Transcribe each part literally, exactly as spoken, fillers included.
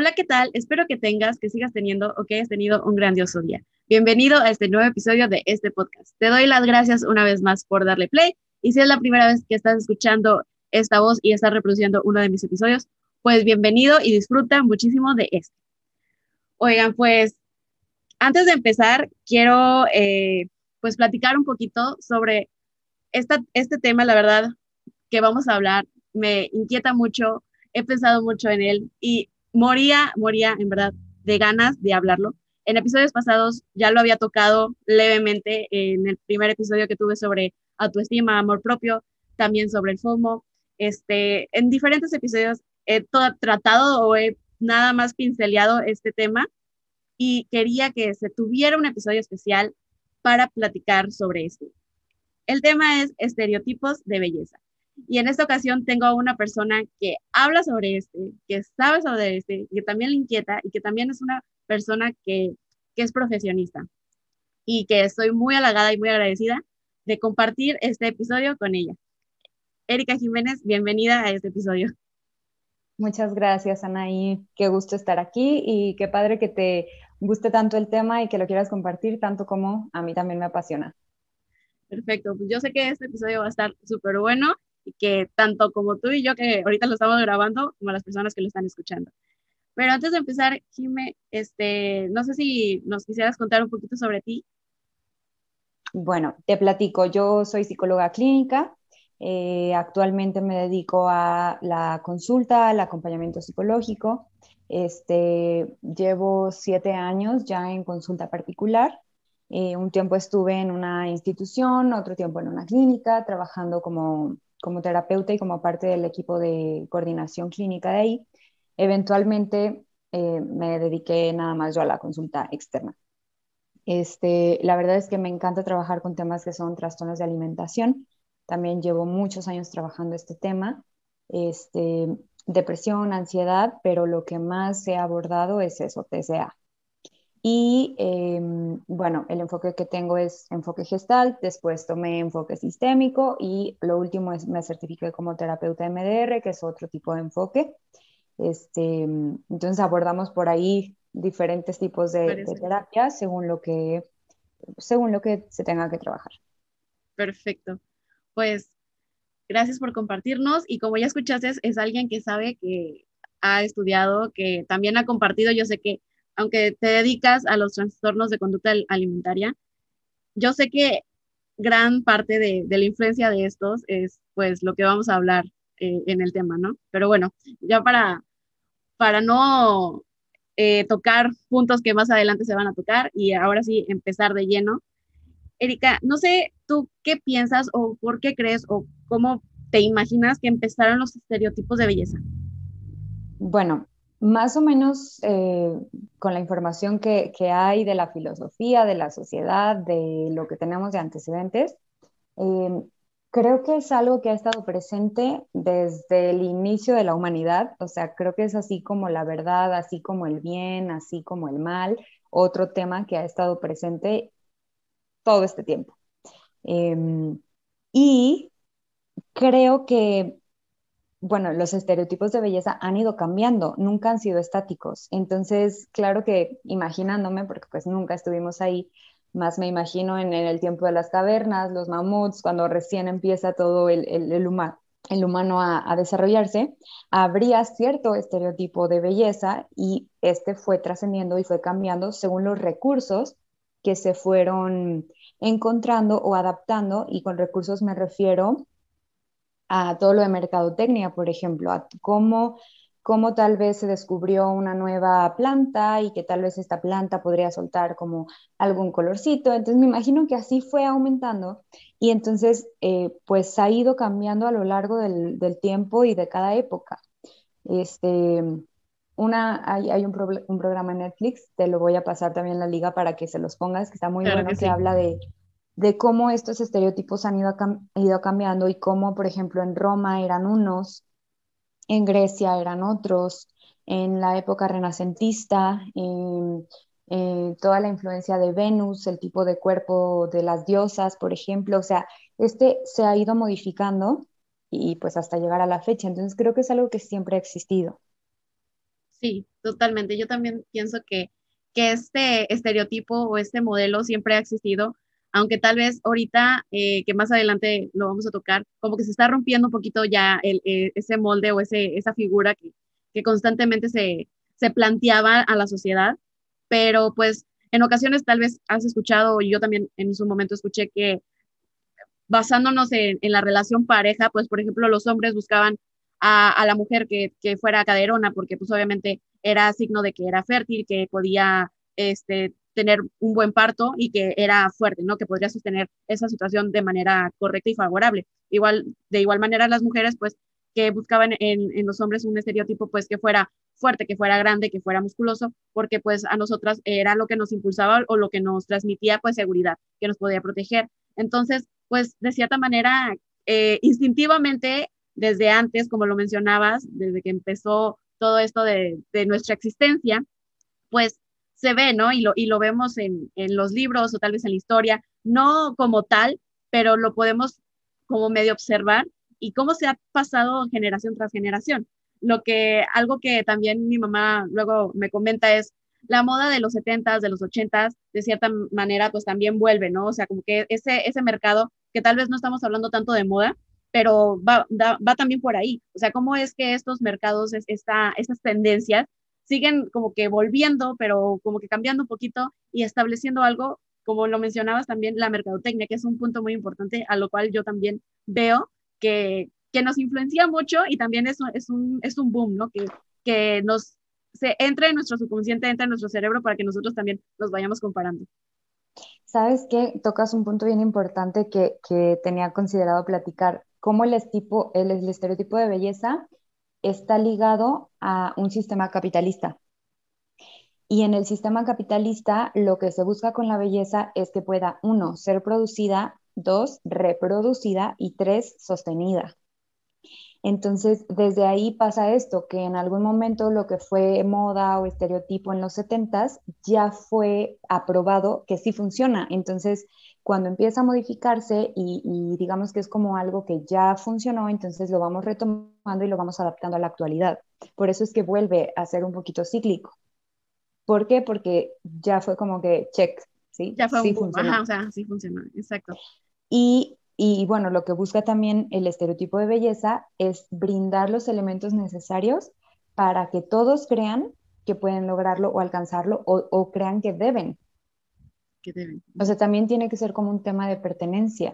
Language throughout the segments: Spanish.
Hola, ¿qué tal? Espero que tengas, que sigas teniendo o que hayas tenido un grandioso día. Bienvenido a este nuevo episodio de este podcast. Te doy las gracias una vez más por darle play y si es la primera vez que estás escuchando esta voz y estás reproduciendo uno de mis episodios, pues bienvenido y disfruta muchísimo de este. Oigan, pues antes de empezar, quiero eh, pues platicar un poquito sobre esta, este tema, la verdad, que vamos a hablar. Me inquieta mucho, he pensado mucho en él y moría, moría en verdad de ganas de hablarlo. En episodios pasados ya lo había tocado levemente en el primer episodio que tuve sobre autoestima, amor propio, también sobre el FOMO. Este, en diferentes episodios he to- tratado o he nada más pinceleado este tema y quería que se tuviera un episodio especial para platicar sobre esto. El tema es estereotipos de belleza. Y en esta ocasión tengo a una persona que habla sobre este, que sabe sobre este, que también le inquieta y que también es una persona que, que es profesionista y que estoy muy halagada y muy agradecida de compartir este episodio con ella. Erika Jiménez, bienvenida a este episodio. Muchas gracias, Anaí. Qué gusto estar aquí y qué padre que te guste tanto el tema y que lo quieras compartir tanto como a mí también me apasiona. Perfecto, pues yo sé que este episodio va a estar súper bueno y que tanto como tú y yo que ahorita lo estamos grabando, como las personas que lo están escuchando. Pero antes de empezar, Jime, este, no sé si nos quisieras contar un poquito sobre ti. Bueno, te platico, yo soy psicóloga clínica, eh, actualmente me dedico a la consulta, al acompañamiento psicológico. Este, llevo siete años ya en consulta particular. Eh, un tiempo estuve en una institución, otro tiempo en una clínica, trabajando como, como terapeuta y como parte del equipo de coordinación clínica de ahí. Eventualmente eh, me dediqué nada más yo a la consulta externa. Este, la verdad es que me encanta trabajar con temas que son trastornos de alimentación. También llevo muchos años trabajando este tema, este, depresión, ansiedad, pero lo que más he abordado es eso, T C A. Y eh, bueno, el enfoque que tengo es enfoque gestal, después tomé enfoque sistémico y lo último es me certifiqué como terapeuta M D R, que es otro tipo de enfoque. Este, entonces abordamos por ahí diferentes tipos de, de Parece. terapias según lo que, según lo que se tenga que trabajar. Perfecto. Pues gracias por compartirnos y como ya escuchaste, es alguien que sabe, que ha estudiado, que también ha compartido. Yo sé que aunque te dedicas a los trastornos de conducta alimentaria, yo sé que gran parte de, de la influencia de estos es pues lo que vamos a hablar eh, en el tema, ¿no? Pero bueno, ya para, para no eh, tocar puntos que más adelante se van a tocar y ahora sí empezar de lleno. Erika, no sé tú qué piensas o por qué crees o cómo te imaginas que empezaron los estereotipos de belleza. Bueno, más o menos eh, con la información que, que hay de la filosofía, de la sociedad, de lo que tenemos de antecedentes, eh, creo que es algo que ha estado presente desde el inicio de la humanidad, o sea, creo que es así como la verdad, así como el bien, así como el mal, otro tema que ha estado presente todo este tiempo. Eh, y creo que, bueno, los estereotipos de belleza han ido cambiando, nunca han sido estáticos. Entonces, claro que imaginándome, porque pues nunca estuvimos ahí, más me imagino en, en el tiempo de las cavernas, los mamuts, cuando recién empieza todo el, el, el, huma, el humano a, a desarrollarse, habría cierto estereotipo de belleza y este fue trascendiendo y fue cambiando según los recursos que se fueron encontrando o adaptando, y con recursos me refiero a todo lo de mercadotecnia, por ejemplo, a cómo, cómo tal vez se descubrió una nueva planta y que tal vez esta planta podría soltar como algún colorcito. Entonces me imagino que así fue aumentando y entonces eh, pues ha ido cambiando a lo largo del, del tiempo y de cada época. Este, una, hay, hay un, pro, un, programa en Netflix, te lo voy a pasar también la liga para que se los pongas, que está muy Claro que bueno, que sí. habla de, de cómo estos estereotipos han ido, ido cambiando y cómo, por ejemplo, en Roma eran unos, en Grecia eran otros, en la época renacentista, en, en toda la influencia de Venus, el tipo de cuerpo de las diosas, por ejemplo, o sea, este se ha ido modificando y pues hasta llegar a la fecha. Entonces creo que es algo que siempre ha existido. Sí, totalmente. Yo también pienso que, que este estereotipo o este modelo siempre ha existido, aunque tal vez ahorita, eh, que más adelante lo vamos a tocar, como que se está rompiendo un poquito ya el, eh, ese molde o ese, esa figura que, que constantemente se, se planteaba a la sociedad, pero pues en ocasiones tal vez has escuchado, y yo también en su momento escuché que basándonos en, en, la relación pareja, pues por ejemplo los hombres buscaban a, a la mujer que, que, fuera caderona, porque pues obviamente era signo de que era fértil, que podía este, tener un buen parto y que era fuerte, ¿no? Que podría sostener esa situación de manera correcta y favorable. Igual, de igual manera las mujeres, pues, que buscaban en, en los hombres un estereotipo, pues, que fuera fuerte, que fuera grande, que fuera musculoso, porque pues a nosotras era lo que nos impulsaba o lo que nos transmitía, pues, seguridad, que nos podía proteger. Entonces, pues de cierta manera, eh, instintivamente, desde antes, como lo mencionabas, desde que empezó todo esto de, de nuestra existencia, pues se ve, ¿no? Y lo, y lo vemos en, en los libros o tal vez en la historia, no como tal, pero lo podemos como medio observar y cómo se ha pasado generación tras generación. Lo que, algo que también mi mamá luego me comenta es la moda de los setentas, de los ochentas, de cierta manera, pues también vuelve, ¿no? O sea, como que ese, ese mercado, que tal vez no estamos hablando tanto de moda, pero va, da, va también por ahí. O sea, cómo es que estos mercados, esta, estas tendencias, siguen como que volviendo, pero como que cambiando un poquito y estableciendo algo, como lo mencionabas también, la mercadotecnia, que es un punto muy importante, a lo cual yo también veo que, que nos influencia mucho y también es, es, un, es un boom, ¿no? Que, que nos se entre en nuestro subconsciente, entra en nuestro cerebro para que nosotros también nos vayamos comparando. ¿Sabes qué? Tocas un punto bien importante que, que tenía considerado platicar, cómo el, estipo, el, el estereotipo de belleza está ligado a un sistema capitalista. Y en el sistema capitalista lo que se busca con la belleza es que pueda, uno, ser producida, dos, reproducida y tres, sostenida. Entonces, desde ahí pasa esto, que en algún momento lo que fue moda o estereotipo en los setentas ya fue aprobado que sí funciona. Entonces, cuando empieza a modificarse y, y digamos que es como algo que ya funcionó, entonces lo vamos retomando y lo vamos adaptando a la actualidad. Por eso es que vuelve a ser un poquito cíclico. ¿Por qué? Porque ya fue como que check, ¿sí? Ya fue un Sí boom, ajá, funcionó. o sea, sí funciona, exacto. Y, y bueno, lo que busca también el estereotipo de belleza es brindar los elementos necesarios para que todos crean que pueden lograrlo o alcanzarlo o, o crean que deben. Que deben. O sea, también tiene que ser como un tema de pertenencia.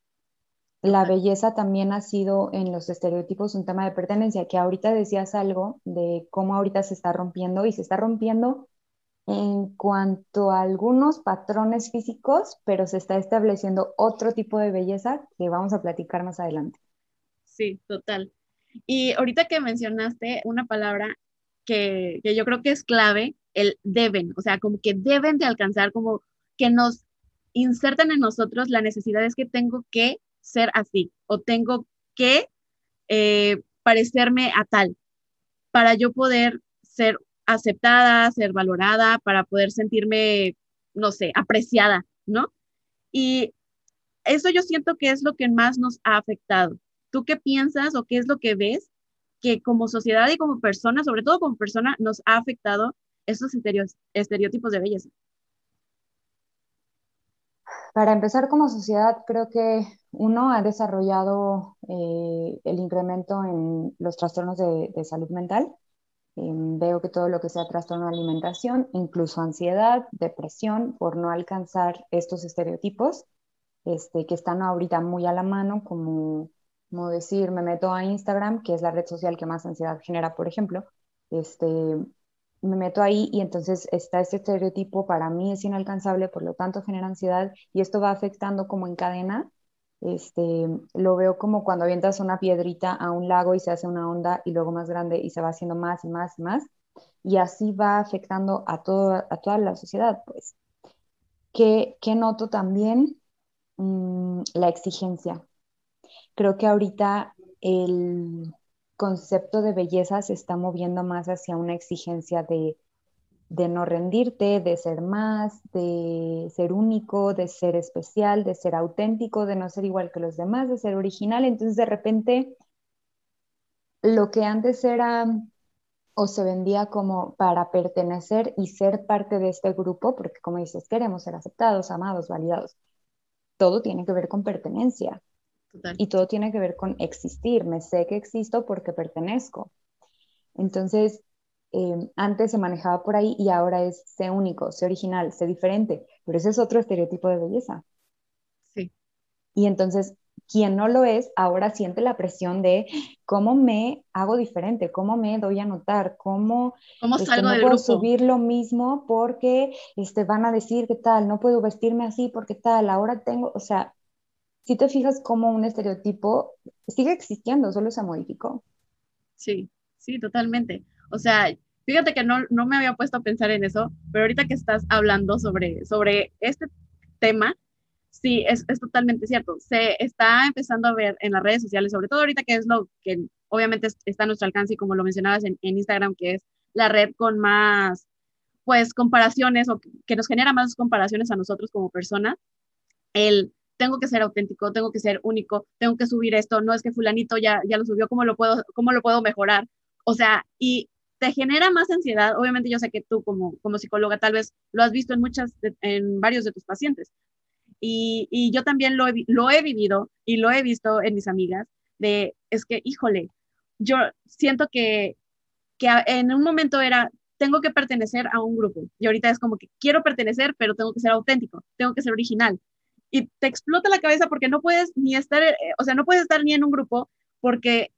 La Total. belleza también ha sido en los estereotipos un tema de pertenencia, que ahorita decías algo de cómo ahorita se está rompiendo y se está rompiendo en cuanto a algunos patrones físicos, pero se está estableciendo otro tipo de belleza que vamos a platicar más adelante. Sí, total. Y ahorita que mencionaste una palabra que, que yo creo que es clave, el deben, o sea, como que deben de alcanzar, como que nos insertan en nosotros la necesidad es que tengo que ser así o tengo que eh, parecerme a tal para yo poder ser aceptada, ser valorada, para poder sentirme, no sé, apreciada, ¿no? Y eso yo siento que es lo que más nos ha afectado. ¿Tú qué piensas o qué es lo que ves que como sociedad y como persona, sobre todo como persona, nos ha afectado estos estereotipos de belleza? Para empezar, como sociedad, creo que uno ha desarrollado eh, el incremento en los trastornos de, de salud mental. Eh, veo que todo lo que sea trastorno de alimentación, incluso ansiedad, depresión, por no alcanzar estos estereotipos, este, que están ahorita muy a la mano, como, como decir, me meto a Instagram, que es la red social que más ansiedad genera, por ejemplo, este, me meto ahí y entonces está este estereotipo, para mí es inalcanzable, por lo tanto genera ansiedad y esto va afectando como en cadena. Este, lo veo como cuando avientas una piedrita a un lago y se hace una onda y luego más grande y se va haciendo más y más y más y así va afectando a, todo, a toda la sociedad, pues. ¿Qué, qué noto también? Mm, la exigencia. Creo que ahorita el concepto de belleza se está moviendo más hacia una exigencia de, de no rendirte, de ser más, de ser único, de ser especial, de ser auténtico, de no ser igual que los demás, de ser original. Entonces, de repente, lo que antes era o se vendía como para pertenecer y ser parte de este grupo, porque como dices, queremos ser aceptados, amados, validados. Todo tiene que ver con pertenencia Total. y todo tiene que ver con existir. Me sé que existo porque pertenezco. Entonces, eh, antes se manejaba por ahí y ahora es sé único, sé original, sé diferente, pero ese es otro estereotipo de belleza. Sí. Y entonces, quien no lo es, ahora siente la presión de cómo me hago diferente, cómo me doy a notar, cómo ¿Cómo este, salgo no del puedo grupo? subir lo mismo porque este, van a decir qué tal, no puedo vestirme así porque tal, ahora tengo, o sea, si te fijas cómo un estereotipo sigue existiendo, solo se modificó. Sí, sí, totalmente. O sea, fíjate que no, no me había puesto a pensar en eso, pero ahorita que estás hablando sobre, sobre este tema, sí, es, es totalmente cierto. Se está empezando a ver en las redes sociales, sobre todo ahorita que es lo que obviamente es- está a nuestro alcance y como lo mencionabas en, en Instagram, que es la red con más, pues, comparaciones o que que nos genera más comparaciones a nosotros como personas, el tengo que ser auténtico, tengo que ser único, tengo que subir esto, no es que fulanito ya, ya lo subió, ¿cómo lo puedo, cómo lo puedo mejorar? O sea, y te genera más ansiedad. Obviamente yo sé que tú como, como psicóloga tal vez lo has visto en muchas, de, en varios de tus pacientes. Y, y yo también lo he, lo he vivido y lo he visto en mis amigas, de, es que, híjole, yo siento que, que en un momento era, tengo que pertenecer a un grupo. Y ahorita es como que quiero pertenecer, pero tengo que ser auténtico, tengo que ser original. Y te explota la cabeza porque no puedes ni estar, eh, o sea, no puedes estar ni en un grupo porque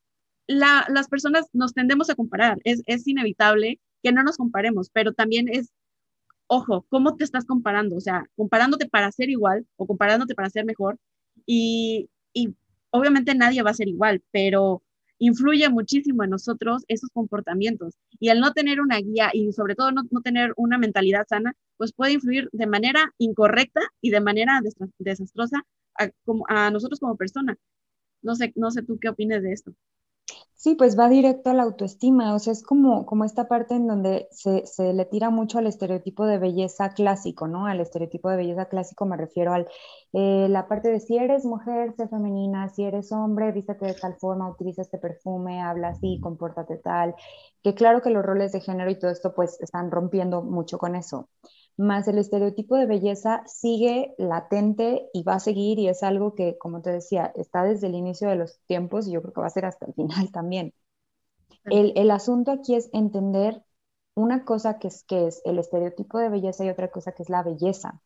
la, las personas nos tendemos a comparar. Es, es inevitable que no nos comparemos, pero también es, ojo, ¿cómo te estás comparando? O sea, comparándote para ser igual o comparándote para ser mejor. Y, y obviamente nadie va a ser igual, pero influye muchísimo en nosotros esos comportamientos. Y al no tener una guía y sobre todo no, no tener una mentalidad sana, pues puede influir de manera incorrecta y de manera desastrosa a, como, a nosotros como persona. No sé, no sé tú qué opinas de esto. Sí, pues va directo a la autoestima, o sea, es como, como esta parte en donde se, se le tira mucho al estereotipo de belleza clásico, ¿no? Al estereotipo de belleza clásico me refiero al, eh, la parte de si eres mujer, sé femenina, si eres hombre, vístete de tal forma, utiliza este perfume, habla así, compórtate tal, que claro que los roles de género y todo esto pues están rompiendo mucho con eso, más el estereotipo de belleza sigue latente y va a seguir y es algo que, como te decía, está desde el inicio de los tiempos y yo creo que va a ser hasta el final también. El, el asunto aquí es entender una cosa que es, que es el estereotipo de belleza y otra cosa que es la belleza,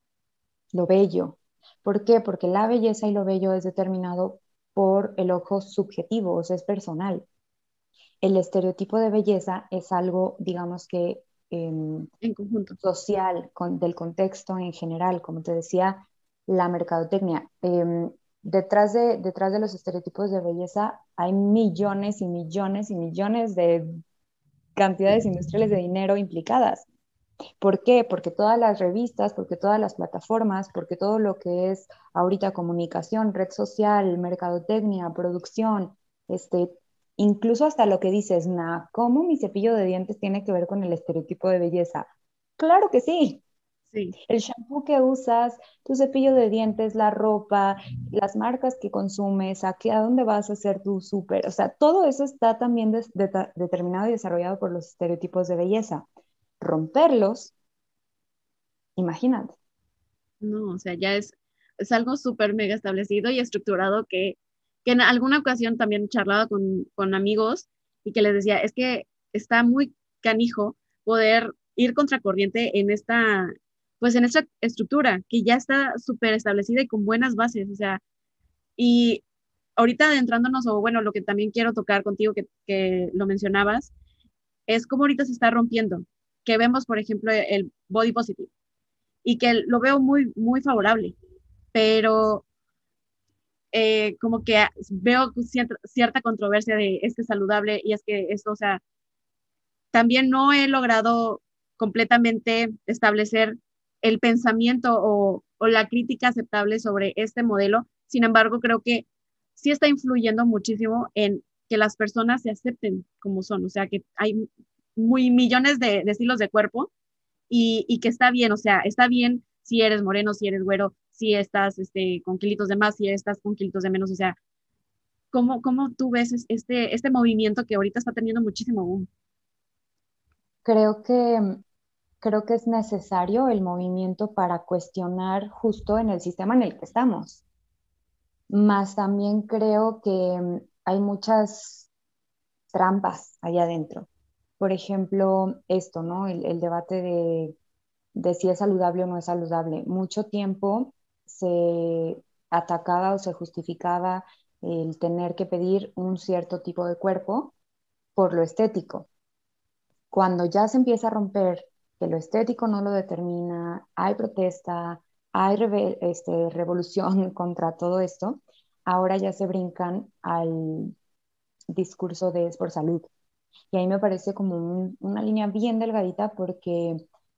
lo bello. ¿Por qué? Porque la belleza y lo bello es determinado por el ojo subjetivo, o sea, es personal. El estereotipo de belleza es algo, digamos que eh, En conjunto. social, con, del contexto en general, como te decía, la mercadotecnia. Eh, detrás, de, detrás de los estereotipos de belleza hay millones y millones y millones de cantidades industriales de dinero implicadas. ¿Por qué? Porque todas las revistas, porque todas las plataformas, porque todo lo que es ahorita comunicación, red social, mercadotecnia, producción, este, incluso hasta lo que dices, na, ¿cómo mi cepillo de dientes tiene que ver con el estereotipo de belleza? Claro que sí. Sí, El shampoo que usas, tu cepillo de dientes, la ropa, las marcas que consumes, a, qué, a dónde vas a hacer tu súper, o sea, todo eso está también de, de, determinado y desarrollado por los estereotipos de belleza. Romperlos, imagínate. no, o sea, ya es, es algo súper mega establecido y estructurado que, que en alguna ocasión también charlaba con, con amigos y que les decía, es que está muy canijo poder ir contracorriente en esta, pues en esta estructura que ya está súper establecida y con buenas bases, o sea, y ahorita adentrándonos, o bueno, lo que también quiero tocar contigo, que, que lo mencionabas, es cómo ahorita se está rompiendo, que vemos, por ejemplo, el body positive y que lo veo muy, muy favorable, pero eh, como que veo cierta, cierta controversia de es que es saludable y es que esto, o sea, también no he logrado completamente establecer el pensamiento o, o la crítica aceptable sobre este modelo. Sin embargo, creo que sí está influyendo muchísimo en que las personas se acepten como son, o sea, que hay muy millones de, de estilos de cuerpo y, y, que está bien, o sea, está bien si eres moreno, si eres güero, si estás este, con kilitos de más, si estás con kilitos de menos, o sea, ¿cómo, cómo tú ves este, este movimiento que ahorita está teniendo muchísimo boom? creo que, creo que es necesario el movimiento para cuestionar justo en el sistema en el que estamos. Más también creo que mm, hay muchas trampas allá adentro. Por ejemplo, esto, ¿no? El, el debate de, de si es saludable o no es saludable. Mucho tiempo se atacaba o se justificaba el tener que pedir un cierto tipo de cuerpo por lo estético. Cuando ya se empieza a romper que lo estético no lo determina, hay protesta, hay reve- este, revolución contra todo esto, ahora ya se brincan al discurso de es por salud. Y ahí me parece como un- una línea bien delgadita porque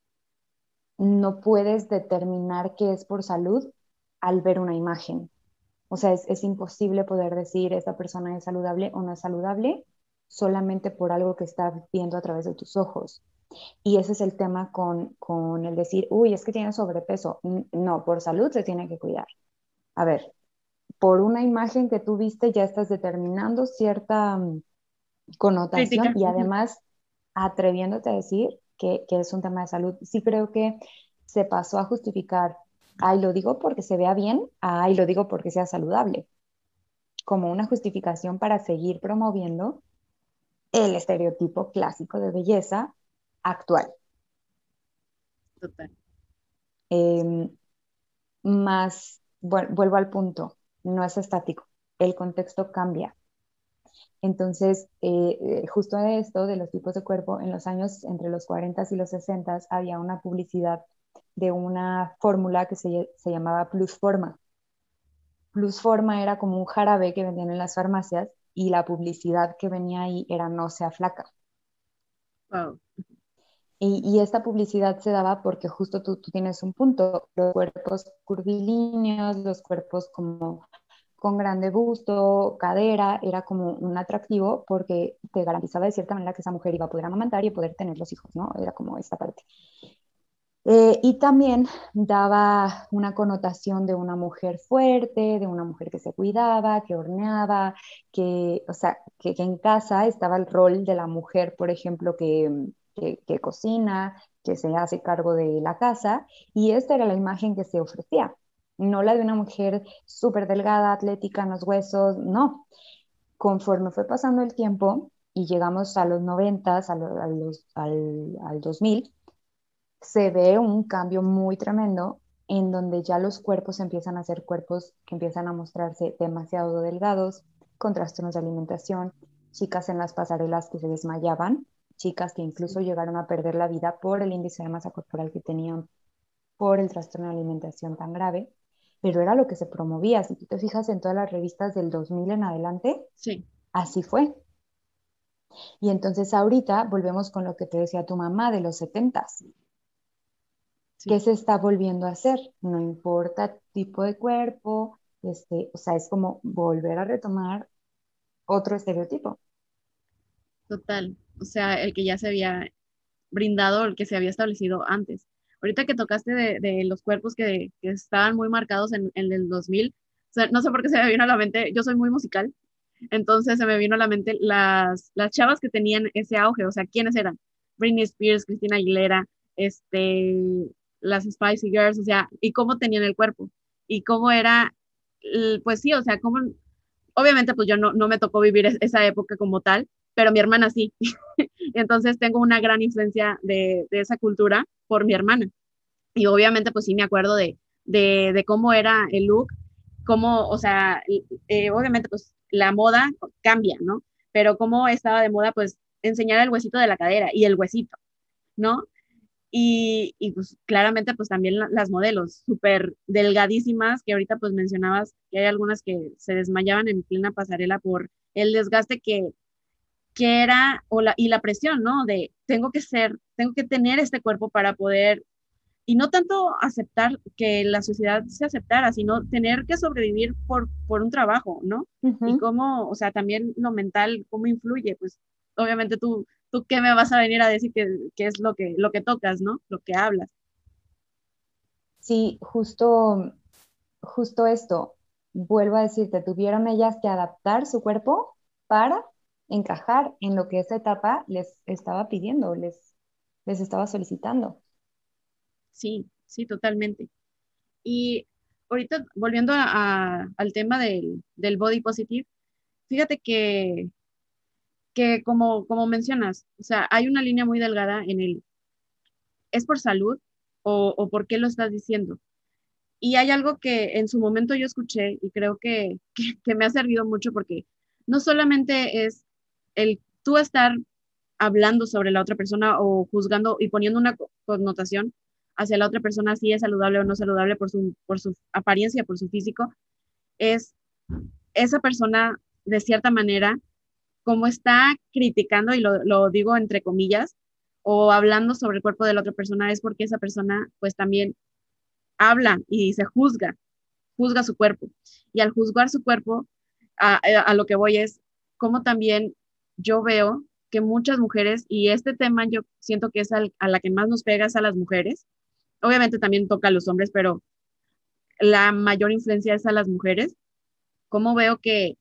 no puedes determinar qué es por salud al ver una imagen. O sea, es, es imposible poder decir esta persona es saludable o no es saludable solamente por algo que estás viendo a través de tus ojos. Y ese es el tema con, con el decir, uy, es que tiene sobrepeso. No, por salud se tiene que cuidar. A ver, por una imagen que tú viste ya estás determinando cierta mm, connotación Crítica. y Ujú. además atreviéndote a decir que, que es un tema de salud. Sí creo que se pasó a justificar, ay, lo digo porque se vea bien, ay, lo digo porque sea saludable, como una justificación para seguir promoviendo el estereotipo clásico de belleza actual. Total. Eh, más, bueno, vuelvo al punto, no es estático, el contexto cambia. Entonces, eh, eh, justo de esto, de los tipos de cuerpo, en los años entre los cuarenta y los sesenta había una publicidad de una fórmula que se, se llamaba Plusforma. Plusforma era como un jarabe que vendían en las farmacias y la publicidad que venía ahí era no sea flaca. Wow. Y, y esta publicidad se daba porque justo tú, tú tienes un punto, los cuerpos curvilíneos, los cuerpos como con grande busto, cadera, era como un atractivo porque te garantizaba de cierta manera que esa mujer iba a poder amamantar y poder tener los hijos, ¿no? Era como esta parte. Eh, y también daba una connotación de una mujer fuerte, de una mujer que se cuidaba, que horneaba, que, o sea, que, que en casa estaba el rol de la mujer, por ejemplo, que, que, que cocina, que se hace cargo de la casa, y esta era la imagen que se ofrecía, no la de una mujer súper delgada, atlética en los huesos, no. Conforme fue pasando el tiempo y llegamos a los noventas, a, lo- a los, al, al dos mil, se ve un cambio muy tremendo en donde ya los cuerpos empiezan a ser cuerpos que empiezan a mostrarse demasiado delgados, con trastornos de alimentación, chicas en las pasarelas que se desmayaban, chicas que incluso Sí. llegaron a perder la vida por el índice de masa corporal que tenían, por el trastorno de alimentación tan grave, pero era lo que se promovía. Si tú te fijas en todas las revistas del dos mil en adelante, Sí. así fue. Y entonces ahorita volvemos con lo que te decía tu mamá de los setentas. ¿Qué Sí. se está volviendo a hacer? No importa tipo de cuerpo, este, o sea, es como volver a retomar otro estereotipo. Total. O sea, el que ya se había brindado, el que se había establecido antes. Ahorita que tocaste de, de los cuerpos que, que estaban muy marcados en, en el dos mil, o sea, no sé por qué se me vino a la mente, yo soy muy musical, entonces se me vino a la mente las, las chavas que tenían ese auge, o sea, ¿quiénes eran? Britney Spears, Christina Aguilera, este, las Spicy Girls, o sea, y cómo tenían el cuerpo, y cómo era, l- pues sí, o sea, cómo, obviamente pues yo no, no me tocó vivir es- esa época como tal, pero mi hermana sí. Entonces tengo una gran influencia de, de esa cultura por mi hermana. Y obviamente pues sí me acuerdo de, de, de cómo era el look, cómo, o sea, eh, obviamente pues la moda cambia, ¿no? Pero cómo estaba de moda pues enseñar el huesito de la cadera y el huesito, ¿no? Y, y pues claramente pues también la- las modelos súper delgadísimas que ahorita pues mencionabas que hay algunas que se desmayaban en plena pasarela por el desgaste que, que era o la, y la presión, ¿no? De tengo que ser, tengo que tener este cuerpo para poder, y no tanto aceptar que la sociedad se aceptara, sino tener que sobrevivir por, por un trabajo, ¿no? Y Ujú. cómo, o sea, también lo mental, cómo influye, pues obviamente tú, tú qué me vas a venir a decir que, que es lo que, lo que tocas, ¿no? Lo que hablas. Sí, justo, justo esto. Vuelvo a decirte, tuvieron ellas que adaptar su cuerpo para encajar en lo que esa etapa les estaba pidiendo, les, les estaba solicitando. Sí, sí, totalmente. Y ahorita, volviendo a- a- al tema del, del body positive, fíjate que, que como, como mencionas, o sea, hay una línea muy delgada en el, ¿es por salud o, o por qué lo estás diciendo? Y hay algo que en su momento yo escuché y creo que, que, que me ha servido mucho porque no solamente es el tú estar hablando sobre la otra persona o juzgando y poniendo una connotación hacia la otra persona si es saludable o no saludable por su, por su apariencia, por su físico, es esa persona de cierta manera como está criticando, y lo, lo digo entre comillas, o hablando sobre el cuerpo de la otra persona, es porque esa persona pues también habla y se juzga, juzga su cuerpo. Y al juzgar su cuerpo, a, a lo que voy es como también yo veo que muchas mujeres, y este tema yo siento que es al, a la que más nos pega es a las mujeres, obviamente también toca a los hombres, pero la mayor influencia es a las mujeres, como veo que,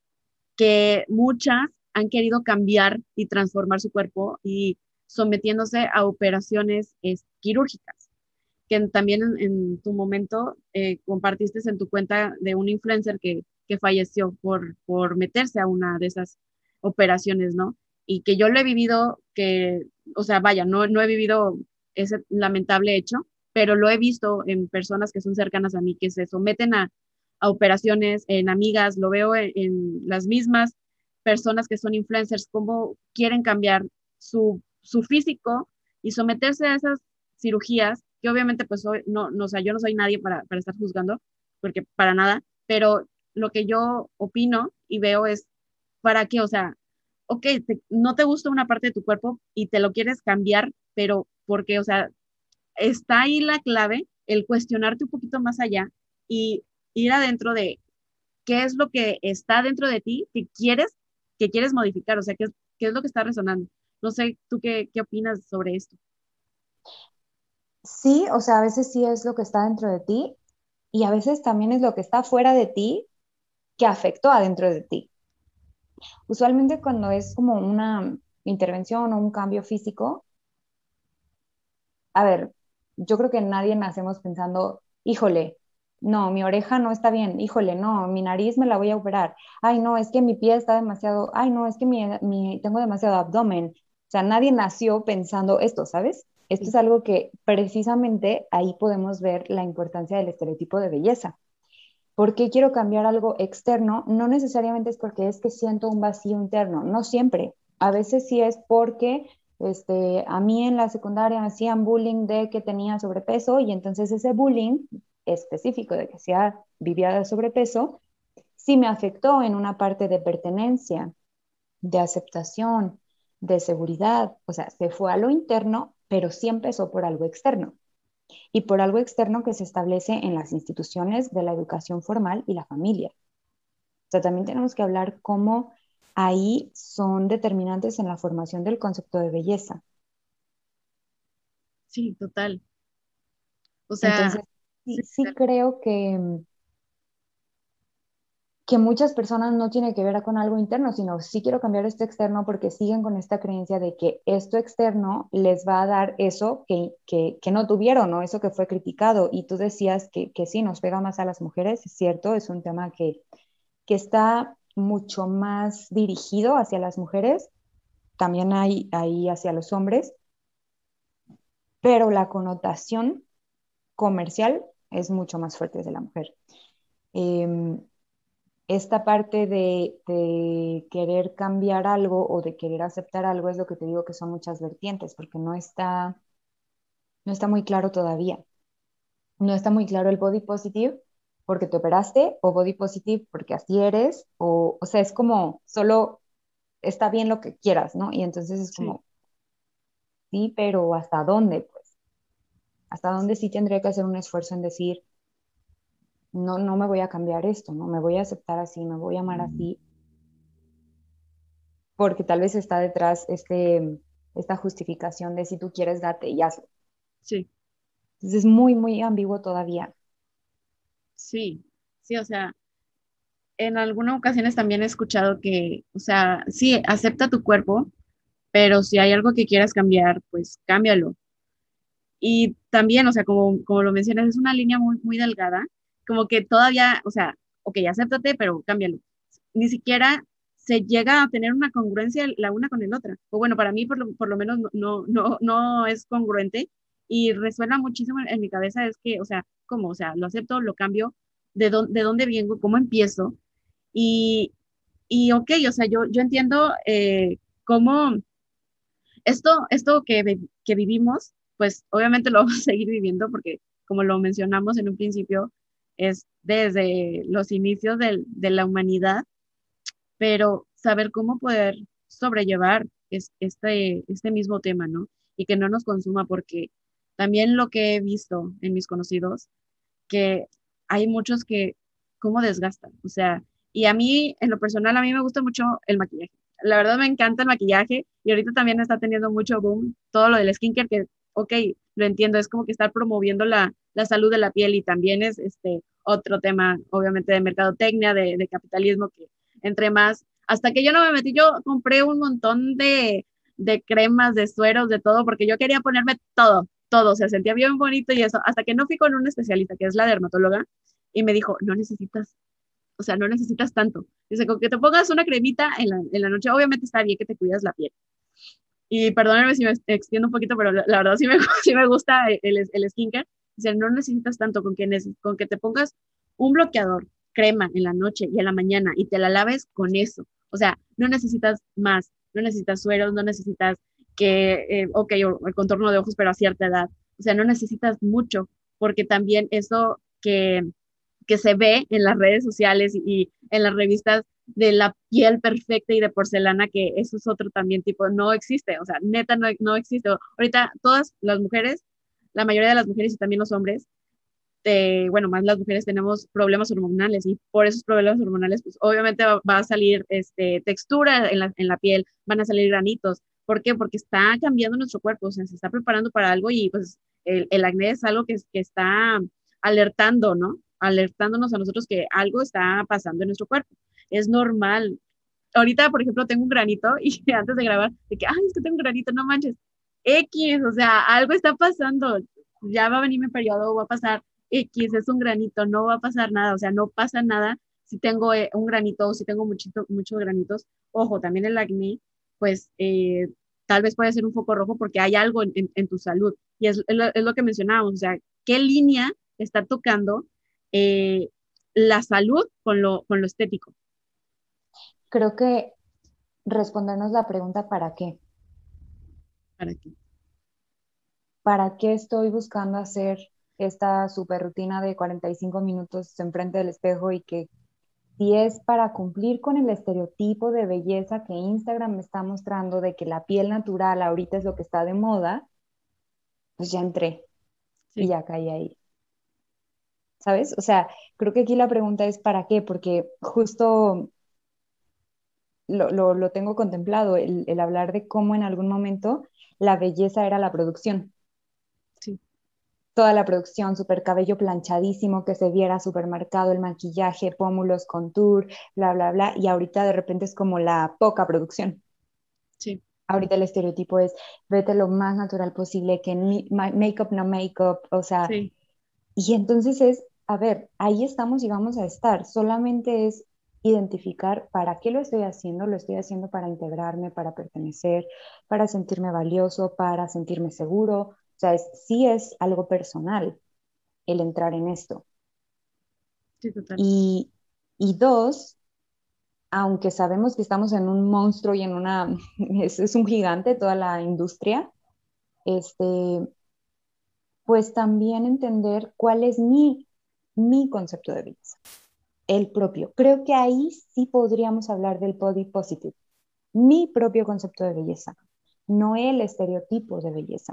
que muchas han querido cambiar y transformar su cuerpo y sometiéndose a operaciones es, quirúrgicas que también en, en tu momento eh, compartiste en tu cuenta de un influencer que, que falleció por, por meterse a una de esas operaciones, ¿no? Y que yo lo he vivido, que, o sea, vaya, no, no he vivido ese lamentable hecho, pero lo he visto en personas que son cercanas a mí, que se someten a, a operaciones, en amigas, lo veo en, en, las mismas personas que son influencers, cómo quieren cambiar su, su físico y someterse a esas cirugías, que obviamente pues soy, no, no, o sea, yo no soy nadie para, para estar juzgando, porque para nada, pero lo que yo opino y veo es, ¿para qué? O sea, ok, te, no te gusta una parte de tu cuerpo y te lo quieres cambiar, pero porque, o sea, está ahí la clave, el cuestionarte un poquito más allá y ir adentro de qué es lo que está dentro de ti que quieres, que quieres modificar, o sea, qué es, qué es lo que está resonando. No sé, ¿tú qué, qué opinas sobre esto? Sí, o sea, a veces sí es lo que está dentro de ti y a veces también es lo que está fuera de ti que afectó adentro de ti. Usualmente cuando es como una intervención o un cambio físico, a ver, yo creo que nadie nacemos pensando, híjole, no, mi oreja no está bien, híjole, no, mi nariz me la voy a operar, ay, no, es que mi pie está demasiado, ay, no, es que mi, mi- tengo demasiado abdomen. O sea, nadie nació pensando esto, ¿sabes? Esto Sí, es algo que precisamente ahí podemos ver la importancia del estereotipo de belleza. ¿Por qué quiero cambiar algo externo? No necesariamente es porque es que siento un vacío interno, no siempre. A veces sí es porque este, a mí en la secundaria me hacían bullying de que tenía sobrepeso y entonces ese bullying específico de que sea vivía de sobrepeso sí me afectó en una parte de pertenencia, de aceptación, de seguridad. O sea, se fue a lo interno, pero sí empezó por algo externo y por algo externo que se establece en las instituciones de la educación formal y la familia. O sea, también tenemos que hablar cómo ahí son determinantes en la formación del concepto de belleza. sí, total. O sea, Entonces, sí, sí, sí creo que, que muchas personas no tiene que ver con algo interno, sino sí quiero cambiar esto externo porque siguen con esta creencia de que esto externo les va a dar eso que, que, que no tuvieron, ¿no? Eso que fue criticado. Y tú decías que, que sí, nos pega más a las mujeres, es cierto, es un tema que que está mucho más dirigido hacia las mujeres, también hay ahí hacia los hombres, pero la connotación comercial es mucho más fuerte de la mujer. Eh, esta parte de, de, querer cambiar algo o de querer aceptar algo es lo que te digo que son muchas vertientes, porque no está, no está muy claro todavía. No está muy claro el body positive porque te operaste o body positive porque así eres, o, o sea, es como solo está bien lo que quieras, ¿no? Y entonces es sí, como, sí, pero ¿hasta dónde? Pues, ¿hasta dónde sí tendría que hacer un esfuerzo en decir, no, no me voy a cambiar esto, ¿no? Me voy a aceptar así, me voy a amar así, porque tal vez está detrás este, esta justificación de si tú quieres, date y hazlo. sí, Entonces es muy, muy ambiguo todavía. sí, sí, o sea, en algunas ocasiones también he escuchado que, o sea, sí, acepta tu cuerpo, pero si hay algo que quieras cambiar, pues cámbialo. Y también, o sea, como, como lo mencionas, es una línea muy, muy delgada, como que todavía, o sea, ok, acéptate, pero cámbialo. Ni siquiera se llega a tener una congruencia la una con la otra. O bueno, para mí por lo, por lo menos no, no, no, no es congruente y resuena muchísimo en, en mi cabeza, es que, o sea, ¿cómo? O sea, lo acepto, lo cambio, ¿de, dónde de dónde vengo? ¿Cómo empiezo? Y, y ok, o sea, yo, yo entiendo eh, cómo esto, esto que, que vivimos, pues obviamente lo vamos a seguir viviendo porque, como lo mencionamos en un principio, es desde los inicios del, de la humanidad, pero saber cómo poder sobrellevar es, este, este mismo tema, ¿no? Y que no nos consuma, porque también lo que he visto en mis conocidos, que hay muchos que, ¿cómo desgastan? O sea, y a mí, en lo personal, a mí me gusta mucho el maquillaje. La verdad me encanta el maquillaje y ahorita también está teniendo mucho boom todo lo del skincare, que, ok, lo entiendo, es como que estar promoviendo la, la salud de la piel y también es este otro tema, obviamente, de mercadotecnia, de, de capitalismo, que entre más, hasta que yo no me metí, yo compré un montón de, de cremas, de sueros, de todo, porque yo quería ponerme todo, todo, se sentía bien bonito y eso, hasta que no fui con un especialista, que es la dermatóloga, y me dijo, no necesitas, o sea, no necesitas tanto. Dice, con que te pongas una cremita en la, en la noche, obviamente está bien que te cuidas la piel. Y perdóname si me extiendo un poquito, pero la, la verdad sí me, sí me gusta el, el skincare. Dice, no necesitas tanto, con que, con que te pongas un bloqueador, crema en la noche y en la mañana y te la laves con eso. O sea, no necesitas más, no necesitas sueros, no necesitas que, eh, ok, el contorno de ojos, pero a cierta edad. O sea, no necesitas mucho, porque también eso que, que se ve en las redes sociales y en las revistas de la piel perfecta y de porcelana, que eso es otro también tipo, no existe, o sea, neta no, no existe. Ahorita todas las mujeres, la mayoría de las mujeres y también los hombres, eh, bueno, más las mujeres tenemos problemas hormonales y por esos problemas hormonales, pues obviamente va, va a salir este, textura en la, en la piel, van a salir granitos. ¿Por qué? Porque está cambiando nuestro cuerpo, o sea, se está preparando para algo y pues el, el acné es algo que, que está alertando, ¿no? Alertándonos a nosotros que algo está pasando en nuestro cuerpo. Es normal. Ahorita, por ejemplo, tengo un granito y antes de grabar, de que, ay, es que tengo un granito, no manches. X, o sea, algo está pasando. Ya va a venir mi periodo, va a pasar X, es un granito, no va a pasar nada, o sea, no pasa nada si tengo eh, un granito o si tengo muchito, muchos granitos. Ojo, también el acné, pues eh, tal vez puede ser un foco rojo porque hay algo en, en, en tu salud. Y es, es, lo, es, lo, que mencionábamos, o sea, ¿qué línea está tocando eh, la salud con lo, con lo estético? Creo que respondernos la pregunta ¿para qué? ¿Para qué? ¿Para qué estoy buscando hacer esta super rutina de cuarenta y cinco minutos enfrente del espejo y que si es para cumplir con el estereotipo de belleza que Instagram me está mostrando de que la piel natural ahorita es lo que está de moda, pues ya entré y Sí. ya caí ahí. ¿Sabes? O sea, creo que aquí la pregunta es ¿para qué? Porque justo lo, lo, lo tengo contemplado, el, el hablar de cómo en algún momento la belleza era la producción. Sí. Toda la producción, súper cabello planchadísimo, que se viera súper marcado, el maquillaje, pómulos, contour, bla, bla, bla. Y ahorita de repente es como la poca producción. Sí. Ahorita el estereotipo es vete lo más natural posible, que ni, make-up no make-up, o sea, Sí. y entonces es, a ver, ahí estamos y vamos a estar. Solamente es identificar para qué lo estoy haciendo. Lo estoy haciendo para integrarme, para pertenecer, para sentirme valioso, para sentirme seguro. O sea, es, sí es algo personal el entrar en esto. Sí, total. Y, y dos, aunque sabemos que estamos en un monstruo y en una, es, es un gigante toda la industria, este, pues también entender cuál es mi, mi concepto de belleza, el propio. Creo que ahí sí podríamos hablar del body positive, mi propio concepto de belleza, no el estereotipo de belleza.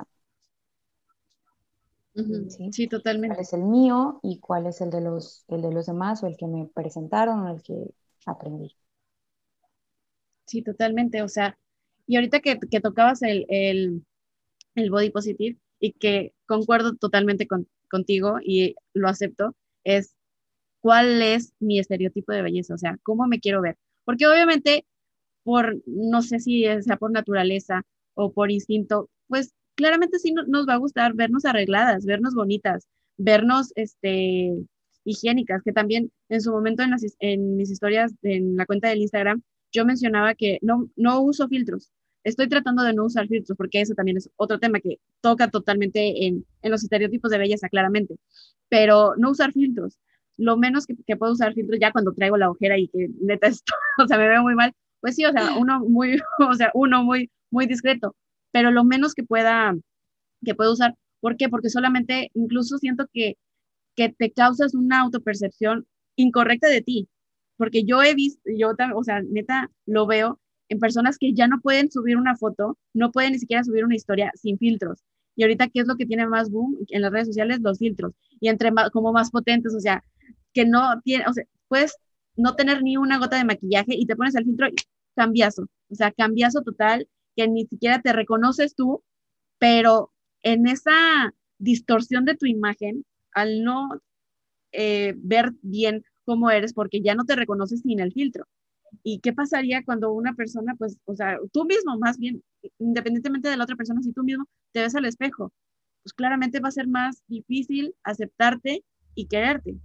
Uh-huh. ¿Sí? Sí, ¿Cuál totalmente. es el mío y cuál es el de los, el de los demás o el que me presentaron o el que aprendí? Sí, totalmente. O sea, y ahorita que, que tocabas el, el, el body positive y que concuerdo totalmente con, contigo y lo acepto, es cuál es mi estereotipo de belleza, o sea, cómo me quiero ver. Porque obviamente por, no sé si sea por naturaleza o por instinto, pues claramente sí no- nos va a gustar vernos arregladas, vernos bonitas, vernos, este, higiénicas, que también en su momento en, las his- en mis historias, en la cuenta del Instagram, yo mencionaba que no, no uso filtros. Estoy tratando de no usar filtros porque eso también es otro tema que toca totalmente en, en los estereotipos de belleza, claramente, pero no usar filtros. Lo menos que, que puedo usar filtros ya cuando traigo la ojera y que neta esto, o sea, me veo muy mal, pues sí, o sea, uno muy, o sea, uno muy, muy discreto, pero lo menos que pueda, que pueda usar. ¿Por qué? Porque solamente incluso siento que, que te causas una autopercepción incorrecta de ti. Porque yo he visto, yo también, o sea, neta, lo veo en personas que ya no pueden subir una foto, no pueden ni siquiera subir una historia sin filtros. Y ahorita, ¿qué es lo que tiene más boom en las redes sociales? Los filtros. Y entre más, como más potentes, o sea, que no tiene, o sea, puedes no tener ni una gota de maquillaje y te pones el filtro y cambiazo. O sea, cambiazo total, que ni siquiera te reconoces tú, pero en esa distorsión de tu imagen, al no eh, ver bien cómo eres, porque ya no te reconoces sin el filtro. ¿Y qué pasaría cuando una persona, pues, o sea, tú mismo, más bien, independientemente de la otra persona, si tú mismo te ves al espejo, pues claramente va a ser más difícil aceptarte y quererte.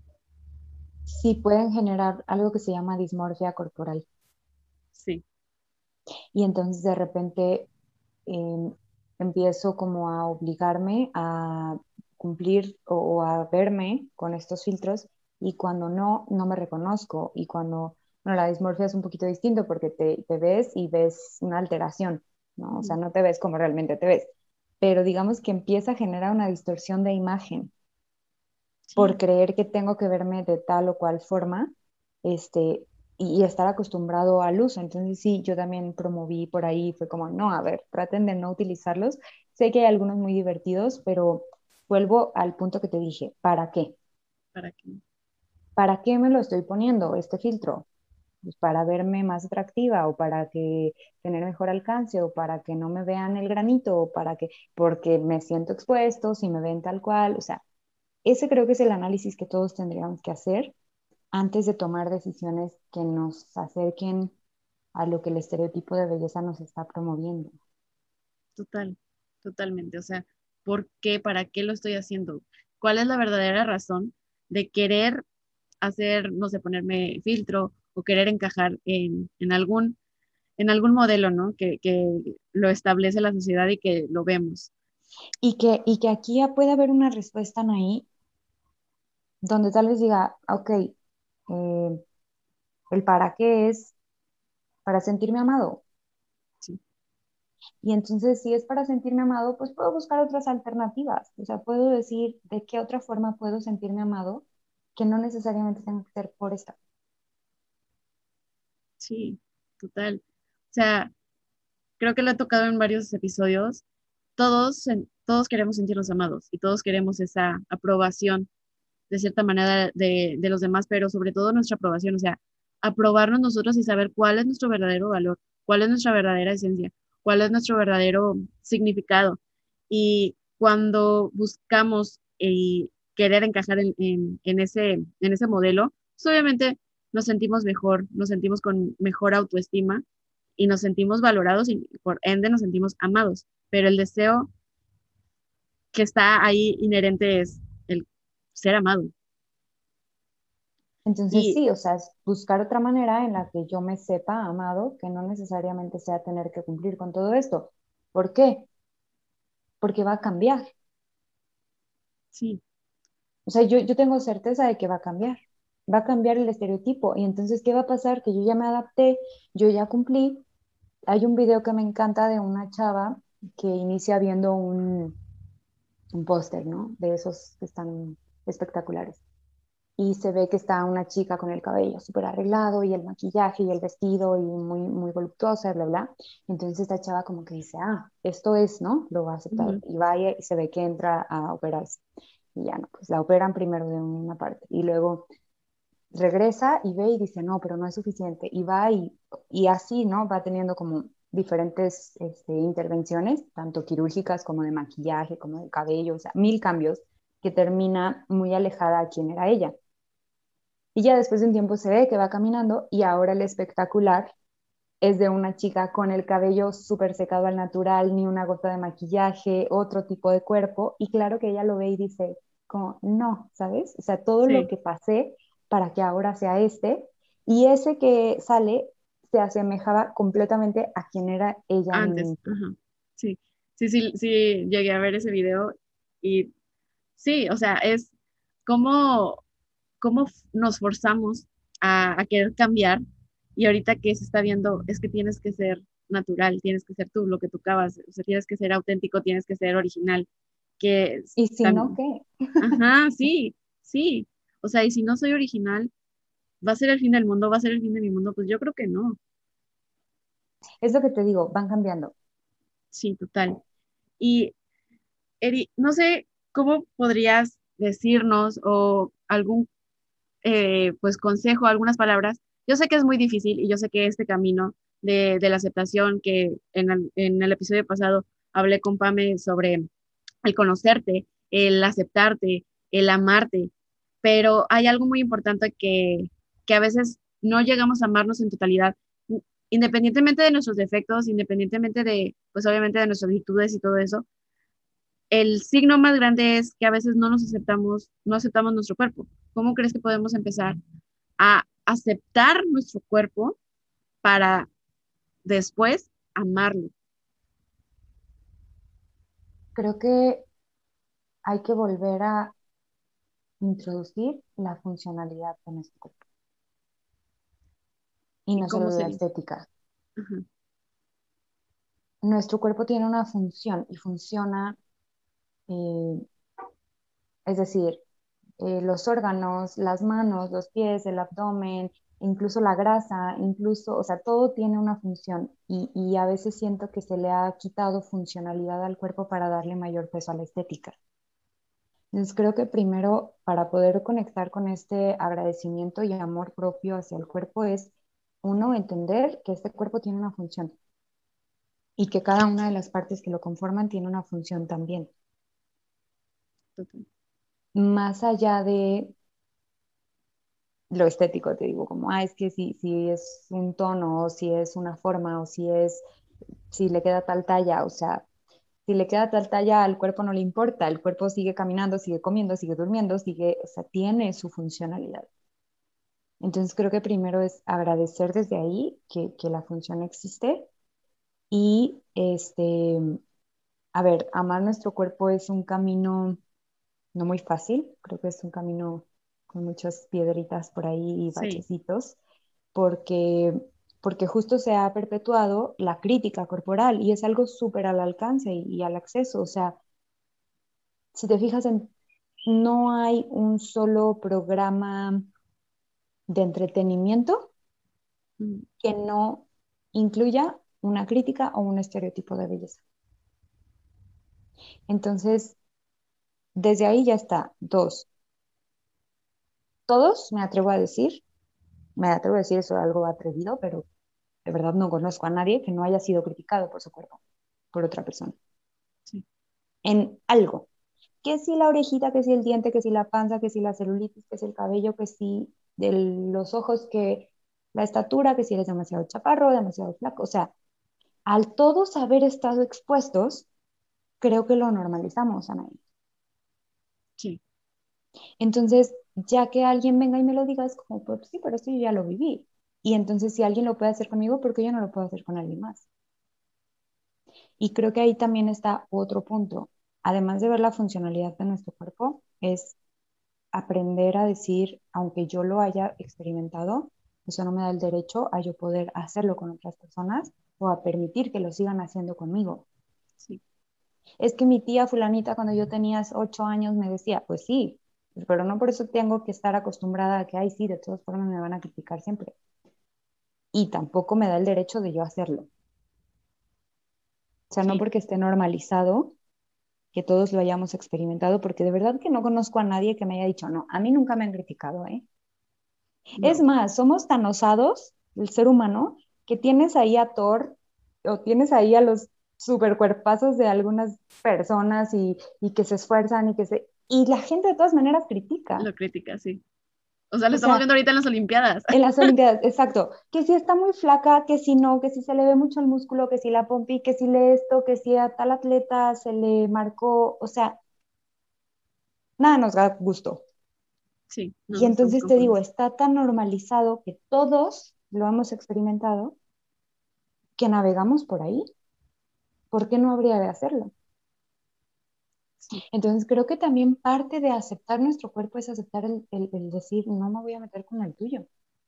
Sí, pueden generar algo que se llama dismorfia corporal. Sí, Y entonces de repente eh, empiezo como a obligarme a cumplir o, o a verme con estos filtros y cuando no, no me reconozco y cuando, bueno, la dismorfia es un poquito distinto porque te, te ves y ves una alteración, ¿no? O sea, ujú, no te ves como realmente te ves, pero digamos que empieza a generar una distorsión de imagen por sí, creer que tengo que verme de tal o cual forma, este, y, y estar acostumbrado al uso. Entonces sí, yo también promoví por ahí, fue como, no, a ver, traten de no utilizarlos. Sé que hay algunos muy divertidos, pero vuelvo al punto que te dije, ¿para qué? para que, ¿Para qué me lo estoy poniendo este filtro? Pues para verme más atractiva o para que tener mejor alcance o para que no me vean el granito o para que, porque me siento expuesto, si me ven tal cual, o sea, ese creo que es el análisis que todos tendríamos que hacer antes de tomar decisiones que nos acerquen a lo que el estereotipo de belleza nos está promoviendo. total, totalmente. O sea, ¿por qué? ¿Para qué lo estoy haciendo? ¿Cuál es la verdadera razón de querer hacer, no sé, ponerme filtro o querer encajar en, en algún, en algún modelo, ¿no? Que, que lo establece la sociedad y que lo vemos. Y que, y que aquí ya puede haber una respuesta en ahí donde tal vez diga, ok, eh, el para qué es para sentirme amado. Sí, Y entonces, si es para sentirme amado, pues puedo buscar otras alternativas. O sea, puedo decir de qué otra forma puedo sentirme amado que no necesariamente tenga que ser por esta. sí, total. O sea, creo que lo he tocado en varios episodios. Todos, en- todos queremos sentirnos amados y todos queremos esa aprobación de cierta manera de, de los demás, pero sobre todo nuestra aprobación, o sea, aprobarnos nosotros y saber cuál es nuestro verdadero valor, cuál es nuestra verdadera esencia, cuál es nuestro verdadero significado. Y cuando buscamos eh, querer encajar en, en, en ese, en ese modelo, pues obviamente nos sentimos mejor, nos sentimos con mejor autoestima y nos sentimos valorados y por ende nos sentimos amados. Pero el deseo que está ahí inherente es el ser amado. Entonces Y sí, o sea, es buscar otra manera en la que yo me sepa amado, que no necesariamente sea tener que cumplir con todo esto. ¿Por qué? Porque va a cambiar. sí, O sea, yo, yo tengo certeza de que va a cambiar. Va a cambiar el estereotipo. Y entonces, ¿qué va a pasar? Que yo ya me adapté, yo ya cumplí. Hay un video que me encanta de una chava que inicia viendo un, un póster, ¿no? De esos que están espectaculares. Y se ve que está una chica con el cabello súper arreglado y el maquillaje y el vestido y muy, muy voluptuosa, bla, bla. Entonces esta chava como que dice, ah, esto es, ¿no? Lo va a aceptar. ujú, Y vaya y se ve que entra a operarse. Y ya no, pues la operan primero de una parte y luego regresa y ve y dice, no, pero no es suficiente. Y va y, y así, ¿no? Va teniendo como diferentes este, intervenciones, tanto quirúrgicas como de maquillaje, como de cabello, o sea, mil cambios, que termina muy alejada a quien era ella. Y ya después de un tiempo se ve que va caminando y ahora el espectacular es de una chica con el cabello súper secado al natural, ni una gota de maquillaje, otro tipo de cuerpo, y claro que ella lo ve y dice, como, no, ¿sabes? O sea, todo lo Sí, que pasé para que ahora sea este, y ese que sale se asemejaba completamente a quien era ella en un antes, inicio. ajá. Sí, sí, sí, sí, llegué a ver ese video y sí, o sea, es como cómo f- nos forzamos a, a querer cambiar y ahorita que se está viendo es que tienes que ser natural, tienes que ser tú, lo que tú acabas, o sea, tienes que ser auténtico, tienes que ser original, que es Y si no, tam- ¿qué? ajá, sí, sí, o sea, y si no soy original, ¿va a ser el fin del mundo? ¿Va a ser el fin de mi mundo? Pues yo creo que no, Es lo que te digo, van cambiando. sí, total. Y Eri, no sé cómo podrías decirnos o algún eh, pues consejo, algunas palabras. Yo sé que es muy difícil y yo sé que este camino de, de la aceptación que en el, en el episodio pasado hablé con Pame sobre el conocerte, el aceptarte, el amarte, pero hay algo muy importante que, que a veces no llegamos a amarnos en totalidad, independientemente de nuestros defectos, independientemente de, pues obviamente de nuestras virtudes y todo eso. El signo más grande es que a veces no nos aceptamos, no aceptamos nuestro cuerpo. ¿Cómo crees que podemos empezar a aceptar nuestro cuerpo para después amarlo? Creo que hay que volver a introducir la funcionalidad en nuestro cuerpo y ¿Y no cómo solo la sería? estética. Ajá, Nuestro cuerpo tiene una función y funciona, eh, es decir, eh, los órganos, las manos, los pies, el abdomen, incluso la grasa, incluso, o sea, todo tiene una función y, y a veces siento que se le ha quitado funcionalidad al cuerpo para darle mayor peso a la estética. Entonces creo que primero para poder conectar con este agradecimiento y amor propio hacia el cuerpo es uno entender que este cuerpo tiene una función y que cada una de las partes que lo conforman tiene una función también. total. Más allá de lo estético, te digo, como, ah, es que si, si es un tono, o si es una forma, o si es, si le queda tal talla, o sea, si le queda tal talla al cuerpo no le importa, el cuerpo sigue caminando, sigue comiendo, sigue durmiendo, sigue, o sea, tiene su funcionalidad. Entonces creo que primero es agradecer desde ahí que, que la función existe y, este, a ver, amar nuestro cuerpo es un camino no muy fácil, creo que es un camino con muchas piedritas por ahí y Sí, bachecitos, porque, porque justo se ha perpetuado la crítica corporal y es algo súper al alcance y, y al acceso. O sea, si te fijas en, no hay un solo programa de entretenimiento mm, que no incluya una crítica o un estereotipo de belleza. Entonces, desde ahí ya está. Dos, todos, me atrevo a decir, me atrevo a decir eso algo atrevido, pero de verdad no conozco a nadie que no haya sido criticado por su cuerpo, por otra persona, sí, en algo. Que si la orejita, que si el diente, que si la panza, que si la celulitis, que si el cabello, que si de los ojos, que la estatura, que si eres demasiado chaparro, demasiado flaco. O sea, al todos haber estado expuestos, creo que lo normalizamos, Anaí. sí, Entonces, ya que alguien venga y me lo diga, es como, pues sí, pero esto yo ya lo viví. Y entonces, si alguien lo puede hacer conmigo, ¿por qué yo no lo puedo hacer con alguien más? Y creo que ahí también está otro punto. Además de ver la funcionalidad de nuestro cuerpo, es aprender a decir, aunque yo lo haya experimentado, eso no me da el derecho a yo poder hacerlo con otras personas o a permitir que lo sigan haciendo conmigo. sí, Es que mi tía fulanita cuando yo tenía ocho años me decía, pues sí, pero no por eso tengo que estar acostumbrada a que, ay, sí, de todas formas me van a criticar siempre. Y tampoco me da el derecho de yo hacerlo. O sea, no sí, porque esté normalizado, que todos lo hayamos experimentado, porque de verdad que no conozco a nadie que me haya dicho, no, a mí nunca me han criticado, ¿eh? Es no, más, somos tan osados, el ser humano, que tienes ahí a Thor o tienes ahí a los supercuerpazos de algunas personas y, y que se esfuerzan y que se... Y la gente de todas maneras critica. lo critica, sí, O sea, lo O estamos sea, viendo ahorita en las Olimpiadas. en las Olimpiadas, exacto. Que si está muy flaca, que si no, que si se le ve mucho el músculo, que si la pompi, que si le esto, que si a tal atleta se le marcó, o sea, nada nos da gusto. Sí, Y no, estamos entonces te digo, conformes. está tan normalizado que todos lo hemos experimentado que navegamos por ahí. ¿Por qué no habría de hacerlo? Sí, Entonces creo que también parte de aceptar nuestro cuerpo es aceptar el, el, el decir, no me voy a meter con el tuyo.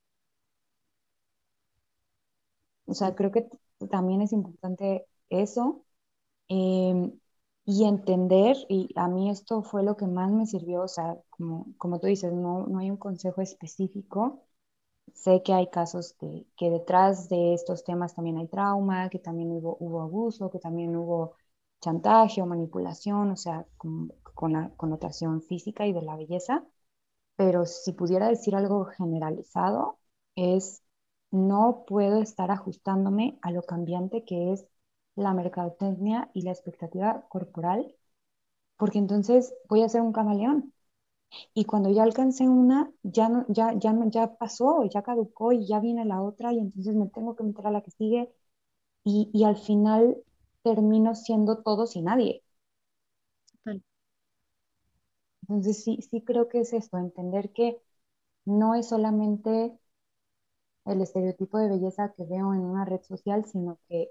O sea, sí, creo que t- también es importante eso. eh, y entender, y a mí esto fue lo que más me sirvió, o sea, como, como tú dices, no, no hay un consejo específico. Sé que hay casos de, que detrás de estos temas también hay trauma, que también hubo, hubo abuso, que también hubo chantaje o manipulación, o sea, con, con la connotación física y de la belleza. Pero si pudiera decir algo generalizado, es no puedo estar ajustándome a lo cambiante que es la mercadotecnia y la expectativa corporal, porque entonces voy a ser un camaleón. Y cuando ya alcancé una, ya no, ya, ya no, ya pasó, ya caducó y ya viene la otra y entonces me tengo que meter a la que sigue y, y al final termino siendo todos y nadie. total. Entonces sí, sí creo que es esto, entender que no es solamente el estereotipo de belleza que veo en una red social, sino que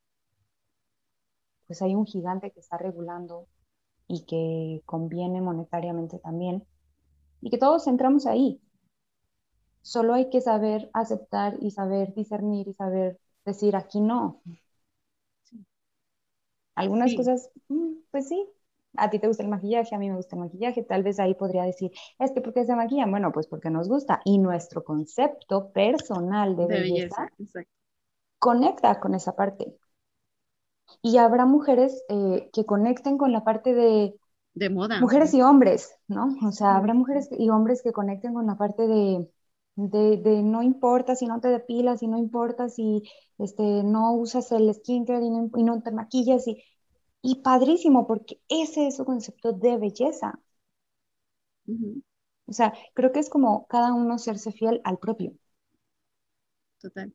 pues hay un gigante que está regulando y que conviene monetariamente también y que todos entramos ahí. Solo hay que saber aceptar y saber discernir y saber decir aquí no. Sí, Algunas sí, cosas, mm, pues sí, a ti te gusta el maquillaje, a mí me gusta el maquillaje, tal vez ahí podría decir, es que ¿por qué se maquillan? Bueno, pues porque nos gusta y nuestro concepto personal de de belleza, belleza exacto. conecta con esa parte. Y habrá mujeres eh, que conecten con la parte de De moda. mujeres y hombres, ¿no? O sea, habrá Ujú, mujeres y hombres que conecten con la parte de, de, de no importa si no te depilas, y no importa si este, no usas el skincare y no, y no te maquillas, y, y padrísimo, porque ese es su concepto de belleza. ujú, O sea, creo que es como cada uno serse fiel al propio. total.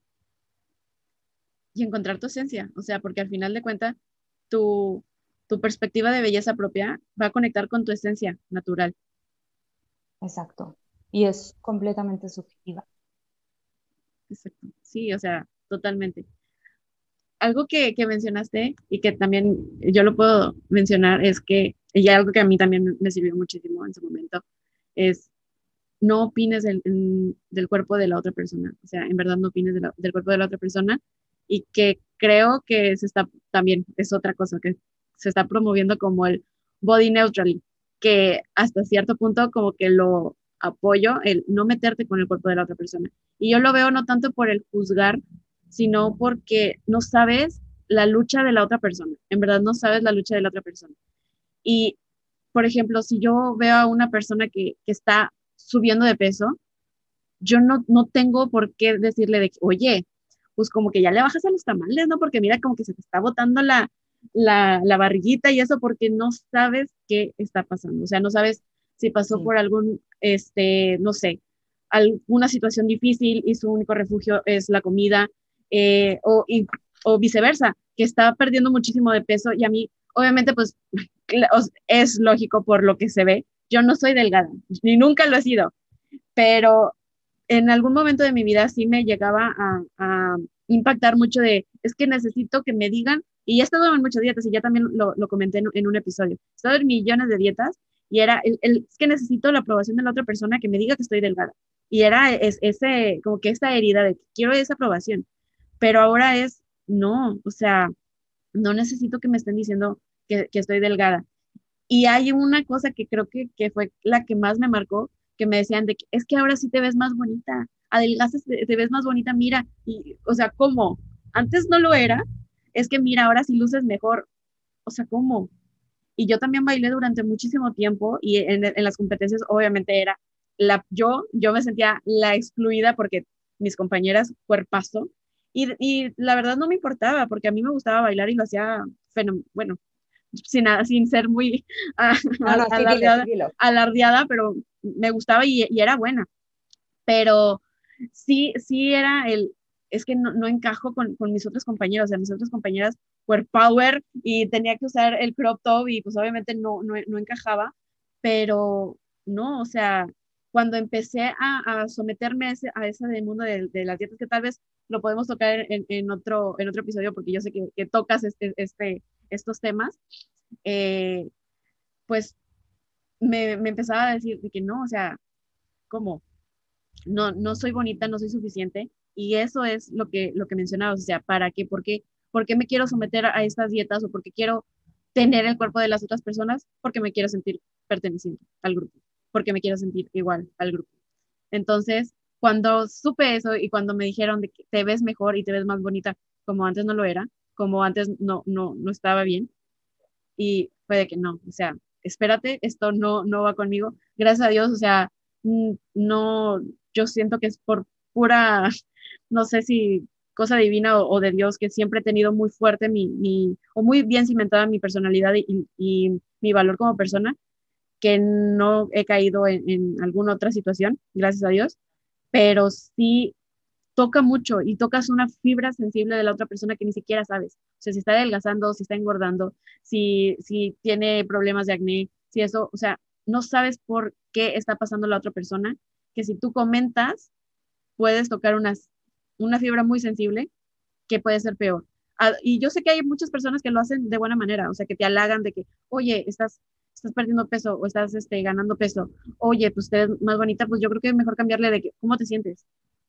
Y encontrar tu esencia, o sea, porque al final de cuentas, tu, tu perspectiva de belleza propia va a conectar con tu esencia natural. Exacto. Y es completamente subjetiva. Exacto. Sí, o sea, totalmente. Algo que, que mencionaste y que también yo lo puedo mencionar es que, y algo que a mí también me sirvió muchísimo en su momento, es no opines del, en- del cuerpo de la otra persona. O sea, en verdad no opines de la- del cuerpo de la otra persona y que creo que se está, también es otra cosa, que se está promoviendo como el body neutral, que hasta cierto punto como que lo apoyo, el no meterte con el cuerpo de la otra persona. Y yo lo veo no tanto por el juzgar, sino porque no sabes la lucha de la otra persona. En verdad no sabes la lucha de la otra persona. Y, por ejemplo, si yo veo a una persona que, que está subiendo de peso, yo no, no tengo por qué decirle de, que, oye, pues como que ya le bajas a los tamales, ¿no? Porque mira como que se te está botando la, la, la barriguita y eso porque no sabes qué está pasando. O sea, no sabes si pasó Sí, por algún, este, no sé, alguna situación difícil y su único refugio es la comida, eh, o, y, o viceversa, que está perdiendo muchísimo de peso y a mí, obviamente, pues es lógico por lo que se ve. Yo no soy delgada, ni nunca lo he sido, pero en algún momento de mi vida sí me llegaba a, a impactar mucho de, es que necesito que me digan, y ya he estado en muchas dietas y ya también lo, lo comenté en, en, un episodio, he estado en millones de dietas y era, el, el, es que necesito la aprobación de la otra persona que me diga que estoy delgada. Y era es, ese, como que esa herida de que quiero esa aprobación, pero ahora es, no, o sea, no necesito que me estén diciendo que, que estoy delgada. Y hay una cosa que creo que, que fue la que más me marcó, que me decían de que es que ahora sí te ves más bonita, adelgazas, te, te ves más bonita, mira, y, o sea, ¿cómo? Antes no lo era, es que mira, ahora sí luces mejor, o sea, ¿cómo? Y yo también bailé durante muchísimo tiempo y en, en las competencias obviamente era la, yo, yo me sentía la excluida porque mis compañeras cuerpazo y, y la verdad no me importaba porque a mí me gustaba bailar y lo hacía, fenomenal, bueno, sin, sin ser muy uh, no, no, sí, dilo, sí, alardeada, dilo. alardeada, pero me gustaba y, y, era buena. pero sí, sí era el, es que no, no encajo con, con mis otros compañeros, o sea, mis otras compañeras were power y tenía que usar el crop top y pues obviamente no, no, no encajaba, pero no, o sea, cuando empecé a, a someterme a ese, a ese del mundo de, de las dietas, que tal vez lo podemos tocar en, en, otro, en otro episodio, porque yo sé que, que tocas este, este, estos temas, eh, pues me, me empezaba a decir de que no, o sea, ¿cómo? No, no soy bonita, no soy suficiente. Y eso es lo que, lo que mencionabas, o sea, ¿para qué? ¿Por qué? ¿Por qué me quiero someter a estas dietas o por qué quiero tener el cuerpo de las otras personas? Porque me quiero sentir perteneciente al grupo, porque me quiero sentir igual al grupo. Entonces, cuando supe eso y cuando me dijeron de que te ves mejor y te ves más bonita, como antes no lo era, como antes no, no, no estaba bien, y fue de que no, o sea, espérate, esto no, no va conmigo. Gracias a Dios, o sea, mm, no, yo siento que es por pura, no sé si cosa divina o, o de Dios, que siempre he tenido muy fuerte mi, mi o muy bien cimentada mi personalidad y, y mi valor como persona, que no he caído en, en alguna otra situación, gracias a Dios, pero sí toca mucho y tocas una fibra sensible de la otra persona que ni siquiera sabes. O sea, si está adelgazando, si está engordando, si, si tiene problemas de acné, si eso, o sea, no sabes por qué está pasando la otra persona, que si tú comentas, puedes tocar unas, una fibra muy sensible que puede ser peor. Ah, y yo sé que hay muchas personas que lo hacen de buena manera, o sea, que te halagan de que, oye, estás, estás perdiendo peso o estás este, ganando peso, oye, pues te ves más bonita, pues yo creo que es mejor cambiarle de que, ¿cómo te sientes?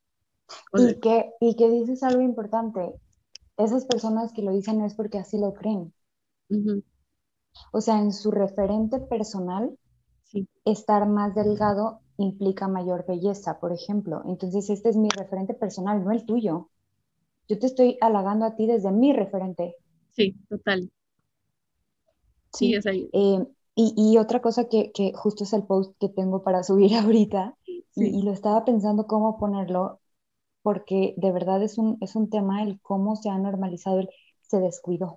O sea, Y que, y que dices algo importante, esas personas que lo dicen es porque así lo creen. uh-huh, O sea, en su referente personal, sí. estar más delgado implica mayor belleza, por ejemplo. Entonces, este es mi referente personal, no el tuyo. Yo te estoy halagando a ti desde mi referente, Sí, total. Sí, ¿sí? es ahí. Eh, y, y, otra cosa que, que, justo es el post que tengo para subir ahorita, y, Sí, y lo estaba pensando cómo ponerlo, porque de verdad es un, es un tema el cómo se ha normalizado el se descuidó.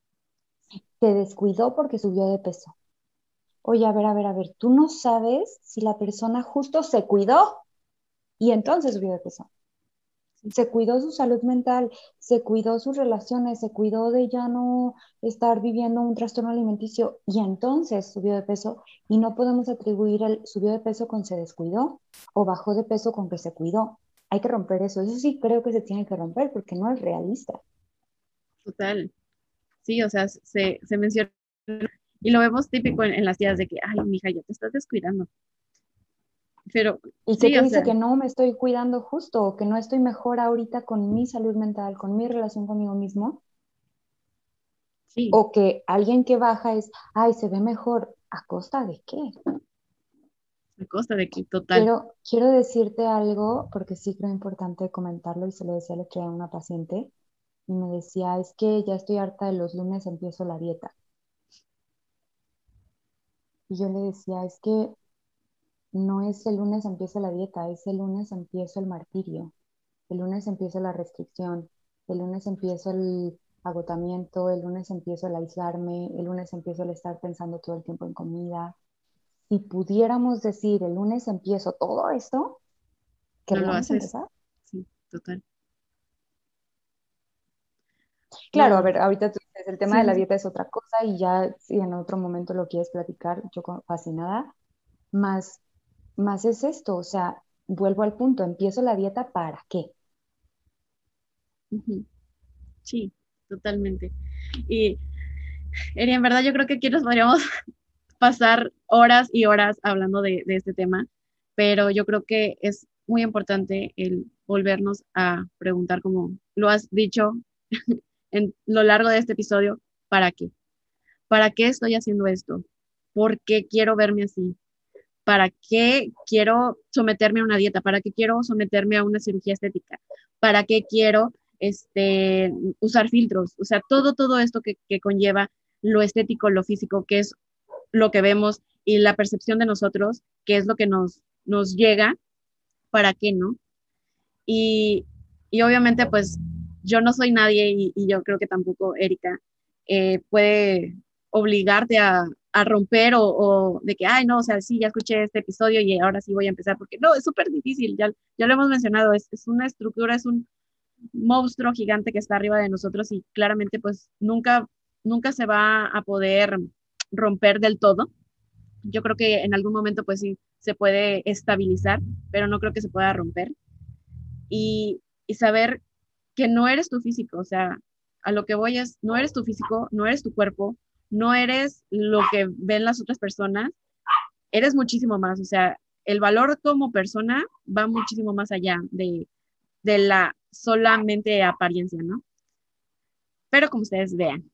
Se descuidó porque subió de peso. Oye, a ver, a ver, a ver, tú no sabes si la persona justo se cuidó y entonces subió de peso. sí, Se cuidó su salud mental, se cuidó sus relaciones, se cuidó de ya no estar viviendo un trastorno alimenticio y entonces subió de peso y no podemos atribuir el subió de peso con se descuidó o bajó de peso con que se cuidó. Hay que romper eso. Eso sí creo que se tiene que romper porque no es realista. total. Sí, o sea, se, se menciona y lo vemos típico en, en las tías de que, ay, mija, ya te estás descuidando. Pero ¿Y qué sí, te o dice sea, que no me estoy cuidando justo o que no estoy mejor ahorita con mi salud mental, con mi relación conmigo mismo? sí, O que alguien que baja es, ay, se ve mejor. ¿A costa de qué? a costa de que total. Quiero, quiero decirte algo porque sí creo importante comentarlo y se lo decía el otro día a una paciente y me decía, es que ya estoy harta de los lunes empiezo la dieta. Y yo le decía, es que no es el lunes empiezo la dieta, es el lunes empiezo el martirio, el lunes empiezo la restricción, el lunes empiezo el agotamiento, el lunes empiezo el aislarme, el lunes empiezo el estar pensando todo el tiempo en comida. Si pudiéramos decir el lunes empiezo todo esto, No lo ¿querríamos haces. empezar? Sí, total. Claro, a No, ver, ahorita tú dices, el tema sí, de sí, la sí. dieta es otra cosa y ya si en otro momento lo quieres platicar, yo con- fascinada, más, más es esto, o sea, vuelvo al punto, empiezo la dieta ¿para qué? Ujú, sí, totalmente. Y, Eri, en verdad yo creo que aquí nos podríamos pasar horas y horas hablando de, de este tema, pero yo creo que es muy importante el volvernos a preguntar, como lo has dicho en lo largo de este episodio, ¿para qué? ¿Para qué estoy haciendo esto? ¿Por qué quiero verme así? ¿Para qué quiero someterme a una dieta? ¿Para qué quiero someterme a una cirugía estética? ¿Para qué quiero este, usar filtros? O sea, todo, todo esto que, que conlleva lo estético, lo físico, que es lo que vemos y la percepción de nosotros, que es lo que nos, nos llega, ¿para qué no? Y, y obviamente, pues yo no soy nadie y, y yo creo que tampoco Erika eh, puede obligarte a, a romper o, o de que, ay, no, o sea, sí, ya escuché este episodio y ahora sí voy a empezar, porque no, es súper difícil, ya, ya lo hemos mencionado, es, es una estructura, es un monstruo gigante que está arriba de nosotros y claramente pues nunca, nunca se va a poder romper del todo. Yo creo que en algún momento pues sí se puede estabilizar, pero no creo que se pueda romper. Y, y saber que no eres tu físico, o sea, a lo que voy es, no eres tu físico, no eres tu cuerpo, no eres lo que ven las otras personas, eres muchísimo más, o sea, el valor como persona va muchísimo más allá de, de la solamente apariencia, ¿no? Pero como ustedes vean.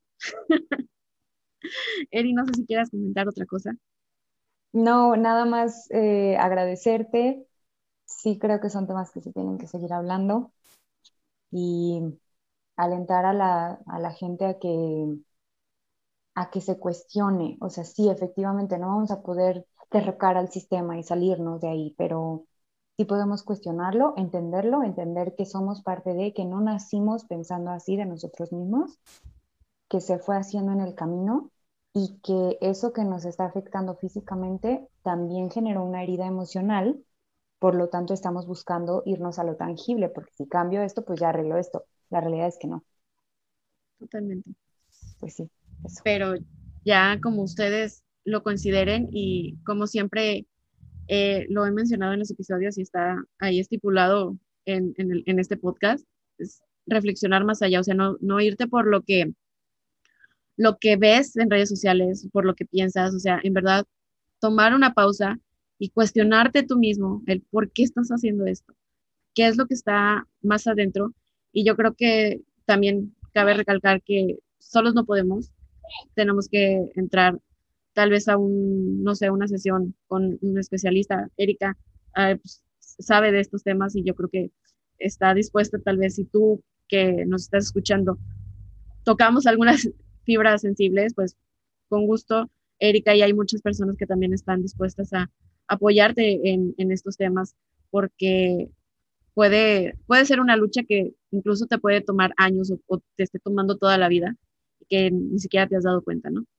Eri, no sé si quieras comentar otra cosa. No, nada más eh, agradecerte. Sí creo que son temas que se tienen que seguir hablando y alentar a la, a la gente a que, a que se cuestione. O sea, sí, efectivamente, no vamos a poder derrocar al sistema y salirnos de ahí, pero sí podemos cuestionarlo, entenderlo, entender que somos parte de, que no nacimos pensando así de nosotros mismos, que se fue haciendo en el camino y que eso que nos está afectando físicamente también generó una herida emocional. Por lo tanto, estamos buscando irnos a lo tangible, porque si cambio esto, pues ya arreglo esto. La realidad es que no. Totalmente. Pues sí, eso. Pero ya como ustedes lo consideren y como siempre eh, lo he mencionado en los episodios y está ahí estipulado en, en, el, en este podcast, es reflexionar más allá, o sea, no, no irte por lo que, lo que ves en redes sociales, por lo que piensas, o sea, en verdad, tomar una pausa y cuestionarte tú mismo el por qué estás haciendo esto, qué es lo que está más adentro. Y yo creo que también cabe recalcar que solos no podemos, tenemos que entrar tal vez a un, no sé, una sesión con un especialista. Erika eh, pues, sabe de estos temas y yo creo que está dispuesta tal vez si tú que nos estás escuchando tocamos algunas fibras sensibles, pues con gusto, Erika, y hay muchas personas que también están dispuestas a apoyarte en, en estos temas porque puede, puede ser una lucha que incluso te puede tomar años o, o te esté tomando toda la vida y que ni siquiera te has dado cuenta, ¿no?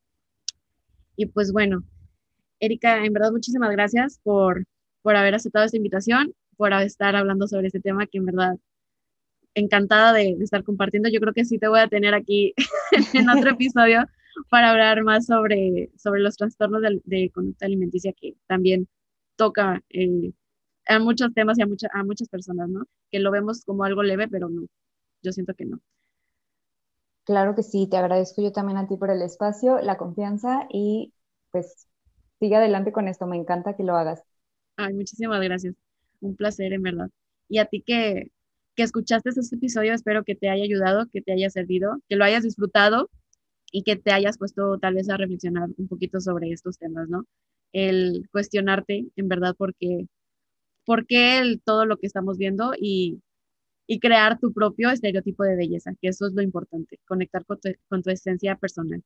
Y pues bueno, Erika, en verdad muchísimas gracias por, por haber aceptado esta invitación, por estar hablando sobre este tema que en verdad encantada de, de estar compartiendo. Yo creo que sí te voy a tener aquí en otro episodio para hablar más sobre, sobre los trastornos de, de conducta alimenticia que también toca eh, a muchos temas y a, mucha, a muchas personas, ¿no? Que lo vemos como algo leve, pero no, yo siento que no. Claro que sí, te agradezco yo también a ti por el espacio, la confianza y pues sigue adelante con esto, me encanta que lo hagas. Ay, muchísimas gracias. Un placer, en verdad. Y a ti que, que escuchaste este episodio, espero que te haya ayudado, que te haya servido, que lo hayas disfrutado y que te hayas puesto tal vez a reflexionar un poquito sobre estos temas, ¿no? El cuestionarte, en verdad, por qué, por qué el, todo lo que estamos viendo y, y crear tu propio estereotipo de belleza, que eso es lo importante, conectar con tu, con tu esencia personal.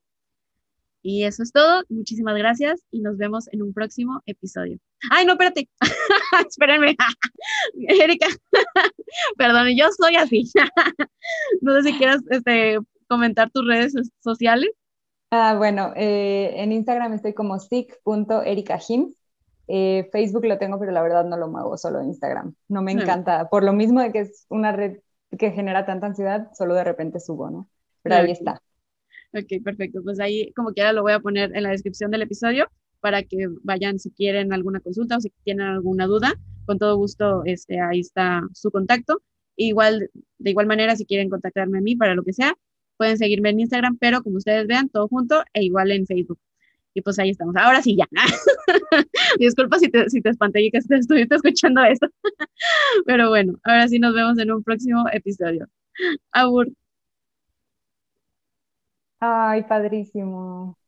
Y eso es todo. Muchísimas gracias y nos vemos en un próximo episodio. Ay, no, espérate. Espérenme. Erika, perdón, yo soy así. No sé si quieras este, comentar tus redes sociales. Ah, bueno, eh, en Instagram estoy como sic.ericahim. Eh, Facebook lo tengo, pero la verdad no lo muevo, solo Instagram. No me No, encanta, por lo mismo de que es una red que genera tanta ansiedad, solo de repente subo, ¿no? Pero no, ahí ok. está. Ok, perfecto. Pues ahí, como quiera, lo voy a poner en la descripción del episodio para que vayan si quieren alguna consulta o si tienen alguna duda. Con todo gusto, este, ahí está su contacto. Igual, de igual manera, si quieren contactarme a mí para lo que sea, pueden seguirme en Instagram, pero como ustedes vean, todo junto e igual en Facebook. Y pues ahí estamos. Ahora sí, ya. Disculpa si te, si te espanté y que te estuviste escuchando esto. Pero bueno, ahora sí nos vemos en un próximo episodio. Abur. Ay, padrísimo.